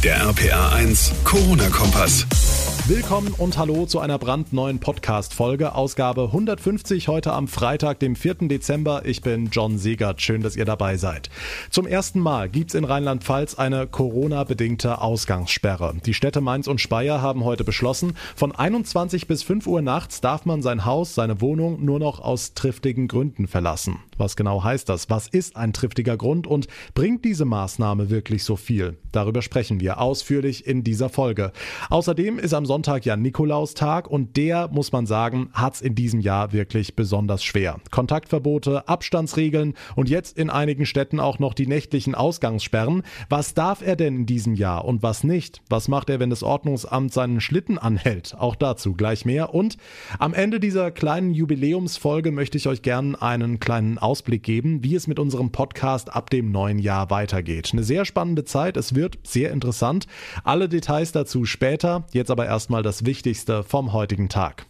Der RPA1 Corona-Kompass. Willkommen und hallo zu einer brandneuen Podcast-Folge, Ausgabe 150, heute am Freitag, dem 4. Dezember. Ich bin John Segert, schön, dass ihr dabei seid. Zum ersten Mal gibt's in Rheinland-Pfalz eine Corona-bedingte Ausgangssperre. Die Städte Mainz und Speyer haben heute beschlossen, von 21 bis 5 Uhr nachts darf man sein Haus, seine Wohnung nur noch aus triftigen Gründen verlassen. Was genau heißt das? Was ist ein triftiger Grund und bringt diese Maßnahme wirklich so viel? Darüber sprechen wir ausführlich in dieser Folge. Außerdem ist am Sonntag ja Nikolaustag und der, muss man sagen, hat's in diesem Jahr wirklich besonders schwer. Kontaktverbote, Abstandsregeln und jetzt in einigen Städten auch noch die nächtlichen Ausgangssperren. Was darf er denn in diesem Jahr und was nicht? Was macht er, wenn das Ordnungsamt seinen Schlitten anhält? Auch dazu gleich mehr. Und am Ende dieser kleinen Jubiläumsfolge möchte ich euch gerne einen kleinen Ausblick geben, wie es mit unserem Podcast ab dem neuen Jahr weitergeht. Eine sehr spannende Zeit, es wird sehr interessant. Alle Details dazu später, jetzt aber erstmal das Wichtigste vom heutigen Tag.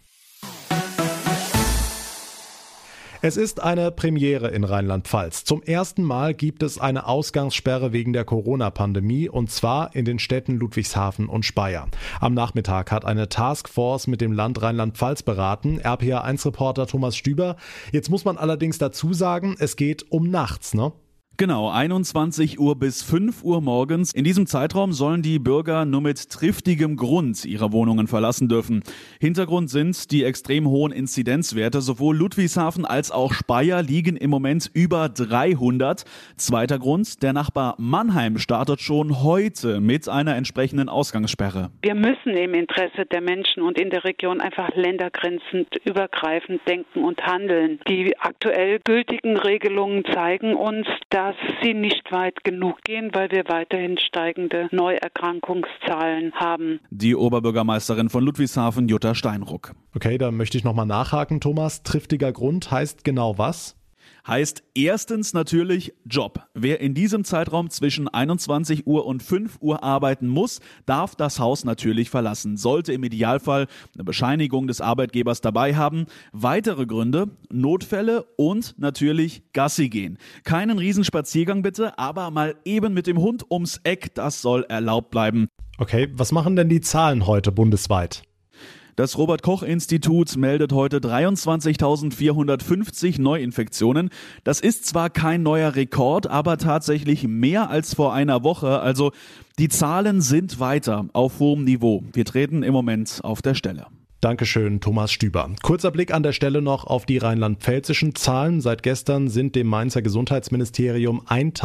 Es ist eine Premiere in Rheinland-Pfalz. Zum ersten Mal gibt es eine Ausgangssperre wegen der Corona-Pandemie und zwar in den Städten Ludwigshafen und Speyer. Am Nachmittag hat eine Taskforce mit dem Land Rheinland-Pfalz beraten, RPA1-Reporter Thomas Stüber. Jetzt muss man allerdings dazu sagen, es geht um nachts, ne? Genau, 21 Uhr bis 5 Uhr morgens. In diesem Zeitraum sollen die Bürger nur mit triftigem Grund ihre Wohnungen verlassen dürfen. Hintergrund sind die extrem hohen Inzidenzwerte. Sowohl Ludwigshafen als auch Speyer liegen im Moment über 300. Zweiter Grund, der Nachbar Mannheim startet schon heute mit einer entsprechenden Ausgangssperre. Wir müssen im Interesse der Menschen und in der Region einfach ländergrenzend übergreifend denken und handeln. Die aktuell gültigen Regelungen zeigen uns, dass sie nicht weit genug gehen, weil wir weiterhin steigende Neuerkrankungszahlen haben. Die Oberbürgermeisterin von Ludwigshafen, Jutta Steinruck. Okay, da möchte ich nochmal nachhaken, Thomas. Triftiger Grund heißt genau was? Heißt erstens natürlich Job. Wer in diesem Zeitraum zwischen 21 Uhr und 5 Uhr arbeiten muss, darf das Haus natürlich verlassen. Sollte im Idealfall eine Bescheinigung des Arbeitgebers dabei haben. Weitere Gründe, Notfälle und natürlich Gassi gehen. Keinen Riesenspaziergang bitte, aber mal eben mit dem Hund ums Eck, das soll erlaubt bleiben. Okay, was machen denn die Zahlen heute bundesweit? Das Robert-Koch-Institut meldet heute 23.450 Neuinfektionen. Das ist zwar kein neuer Rekord, aber tatsächlich mehr als vor einer Woche. Also die Zahlen sind weiter auf hohem Niveau. Wir treten im Moment auf der Stelle. Dankeschön, Thomas Stüber. Kurzer Blick an der Stelle noch auf die rheinland-pfälzischen Zahlen. Seit gestern sind dem Mainzer Gesundheitsministerium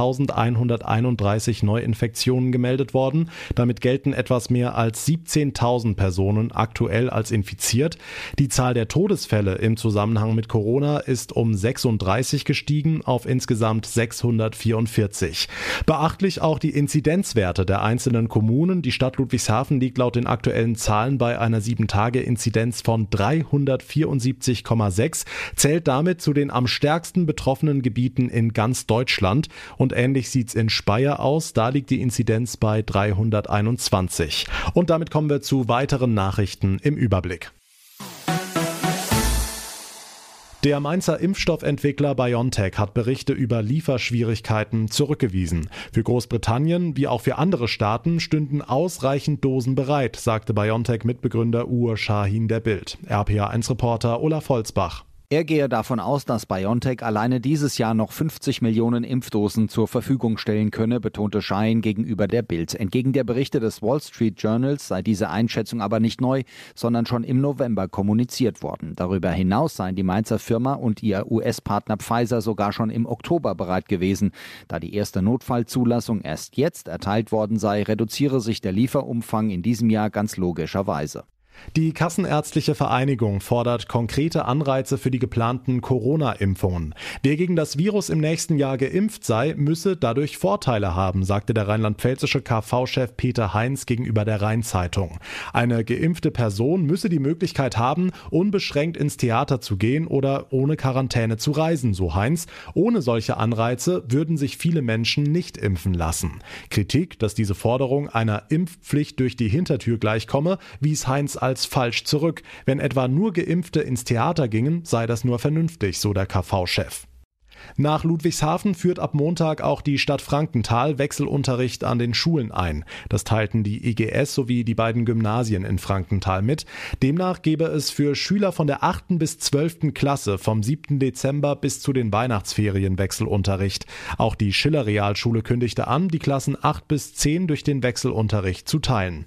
1.131 Neuinfektionen gemeldet worden. Damit gelten etwas mehr als 17.000 Personen aktuell als infiziert. Die Zahl der Todesfälle im Zusammenhang mit Corona ist um 36 gestiegen auf insgesamt 644. Beachtlich auch die Inzidenzwerte der einzelnen Kommunen. Die Stadt Ludwigshafen liegt laut den aktuellen Zahlen bei einer 7-Tage-Inzidenz von 374,6, zählt damit zu den am stärksten betroffenen Gebieten in ganz Deutschland. Und ähnlich sieht's in Speyer aus, da liegt die Inzidenz bei 321. Und damit kommen wir zu weiteren Nachrichten im Überblick. Der Mainzer Impfstoffentwickler BioNTech hat Berichte über Lieferschwierigkeiten zurückgewiesen. Für Großbritannien wie auch für andere Staaten stünden ausreichend Dosen bereit, sagte BioNTech-Mitbegründer Uğur Şahin der Bild. RPA1-Reporter Olaf Holzbach. Er gehe davon aus, dass BioNTech alleine dieses Jahr noch 50 Millionen Impfdosen zur Verfügung stellen könne, betonte Şahin gegenüber der Bild. Entgegen der Berichte des Wall Street Journals sei diese Einschätzung aber nicht neu, sondern schon im November kommuniziert worden. Darüber hinaus seien die Mainzer Firma und ihr US-Partner Pfizer sogar schon im Oktober bereit gewesen. Da die erste Notfallzulassung erst jetzt erteilt worden sei, reduziere sich der Lieferumfang in diesem Jahr ganz logischerweise. Die Kassenärztliche Vereinigung fordert konkrete Anreize für die geplanten Corona-Impfungen. Wer gegen das Virus im nächsten Jahr geimpft sei, müsse dadurch Vorteile haben, sagte der rheinland-pfälzische KV-Chef Peter Heinz gegenüber der Rhein-Zeitung. Eine geimpfte Person müsse die Möglichkeit haben, unbeschränkt ins Theater zu gehen oder ohne Quarantäne zu reisen, so Heinz. Ohne solche Anreize würden sich viele Menschen nicht impfen lassen. Kritik, dass diese Forderung einer Impfpflicht durch die Hintertür gleichkomme, wies Heinz als falsch zurück. Wenn etwa nur Geimpfte ins Theater gingen, sei das nur vernünftig, so der KV-Chef. Nach Ludwigshafen führt ab Montag auch die Stadt Frankenthal Wechselunterricht an den Schulen ein. Das teilten die IGS sowie die beiden Gymnasien in Frankenthal mit. Demnach gebe es für Schüler von der 8. bis 12. Klasse vom 7. Dezember bis zu den Weihnachtsferien Wechselunterricht. Auch die Schiller-Realschule kündigte an, die Klassen 8 bis 10 durch den Wechselunterricht zu teilen.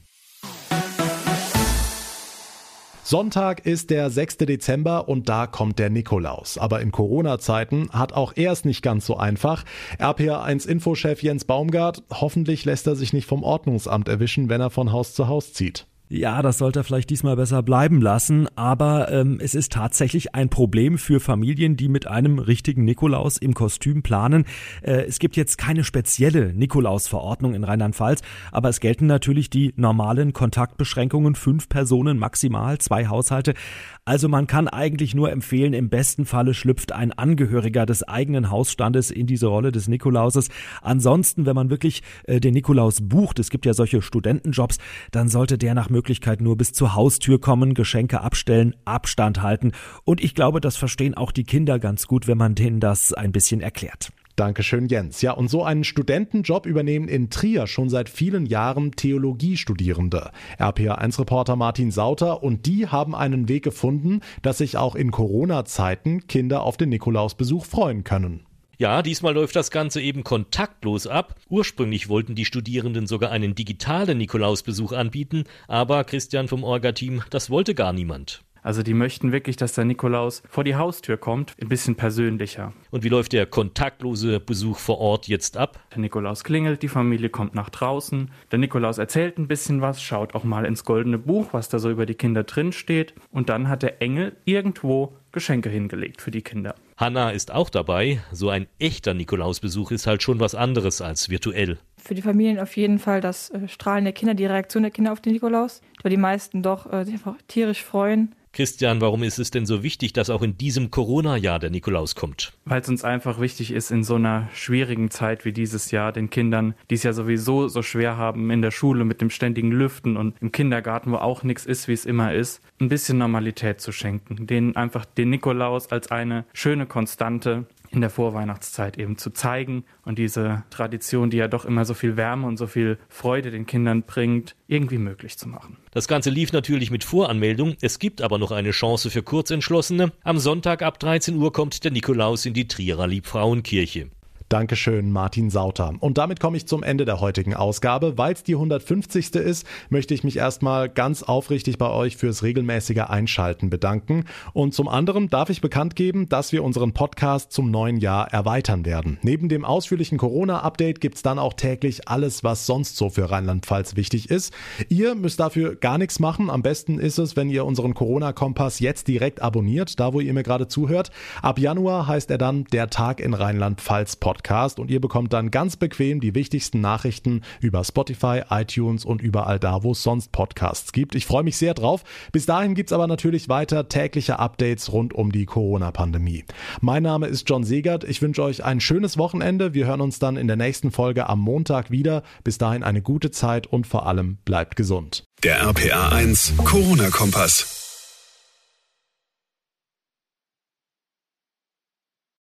Sonntag ist der 6. Dezember und da kommt der Nikolaus. Aber in Corona-Zeiten hat auch er es nicht ganz so einfach. RPA1-Infochef Jens Baumgart, hoffentlich lässt er sich nicht vom Ordnungsamt erwischen, wenn er von Haus zu Haus zieht. Ja, das sollte er vielleicht diesmal besser bleiben lassen, aber es ist tatsächlich ein Problem für Familien, die mit einem richtigen Nikolaus im Kostüm planen. Es gibt jetzt keine spezielle Nikolaus-Verordnung in Rheinland-Pfalz, aber es gelten natürlich die normalen Kontaktbeschränkungen, 5 Personen maximal, 2 Haushalte. Also man kann eigentlich nur empfehlen, im besten Falle schlüpft ein Angehöriger des eigenen Hausstandes in diese Rolle des Nikolauses. Ansonsten, wenn man wirklich den Nikolaus bucht, es gibt ja solche Studentenjobs, dann sollte der nach Möglichkeit nur bis zur Haustür kommen, Geschenke abstellen, Abstand halten. Und ich glaube, das verstehen auch die Kinder ganz gut, wenn man denen das ein bisschen erklärt. Dankeschön, Jens. Ja, und so einen Studentenjob übernehmen in Trier schon seit vielen Jahren Theologiestudierende. RPA1-Reporter Martin Sauter und die haben einen Weg gefunden, dass sich auch in Corona-Zeiten Kinder auf den Nikolausbesuch freuen können. Ja, diesmal läuft das Ganze eben kontaktlos ab. Ursprünglich wollten die Studierenden sogar einen digitalen Nikolausbesuch anbieten, aber Christian vom Orga-Team, das wollte gar niemand. Also die möchten wirklich, dass der Nikolaus vor die Haustür kommt, ein bisschen persönlicher. Und wie läuft der kontaktlose Besuch vor Ort jetzt ab? Der Nikolaus klingelt, die Familie kommt nach draußen. Der Nikolaus erzählt ein bisschen was, schaut auch mal ins goldene Buch, was da so über die Kinder drin steht. Und dann hat der Engel irgendwo Geschenke hingelegt für die Kinder. Hanna ist auch dabei. So ein echter Nikolausbesuch ist halt schon was anderes als virtuell. Für die Familien auf jeden Fall das Strahlen der Kinder, die Reaktion der Kinder auf den Nikolaus, weil die meisten doch sich einfach tierisch freuen. Christian, warum ist es denn so wichtig, dass auch in diesem Corona-Jahr der Nikolaus kommt? Weil es uns einfach wichtig ist, in so einer schwierigen Zeit wie dieses Jahr den Kindern, die es ja sowieso so schwer haben in der Schule mit dem ständigen Lüften und im Kindergarten, wo auch nichts ist, wie es immer ist, ein bisschen Normalität zu schenken. Denen einfach den Nikolaus als eine schöne Konstante in der Vorweihnachtszeit eben zu zeigen und diese Tradition, die ja doch immer so viel Wärme und so viel Freude den Kindern bringt, irgendwie möglich zu machen. Das Ganze lief natürlich mit Voranmeldung. Es gibt aber noch eine Chance für Kurzentschlossene. Am Sonntag ab 13 Uhr kommt der Nikolaus in die Trierer Liebfrauenkirche. Dankeschön, Martin Sauter. Und damit komme ich zum Ende der heutigen Ausgabe. Weil es die 150. ist, möchte ich mich erstmal ganz aufrichtig bei euch fürs regelmäßige Einschalten bedanken. Und zum anderen darf ich bekannt geben, dass wir unseren Podcast zum neuen Jahr erweitern werden. Neben dem ausführlichen Corona-Update gibt's dann auch täglich alles, was sonst so für Rheinland-Pfalz wichtig ist. Ihr müsst dafür gar nichts machen. Am besten ist es, wenn ihr unseren Corona-Kompass jetzt direkt abonniert, da wo ihr mir gerade zuhört. Ab Januar heißt er dann der Tag in Rheinland-Pfalz Podcast und ihr bekommt dann ganz bequem die wichtigsten Nachrichten über Spotify, iTunes und überall da, wo es sonst Podcasts gibt. Ich freue mich sehr drauf. Bis dahin gibt's aber natürlich weiter tägliche Updates rund um die Corona-Pandemie. Mein Name ist John Segert. Ich wünsche euch ein schönes Wochenende. Wir hören uns dann in der nächsten Folge am Montag wieder. Bis dahin eine gute Zeit und vor allem bleibt gesund. Der RPA1 Corona-Kompass.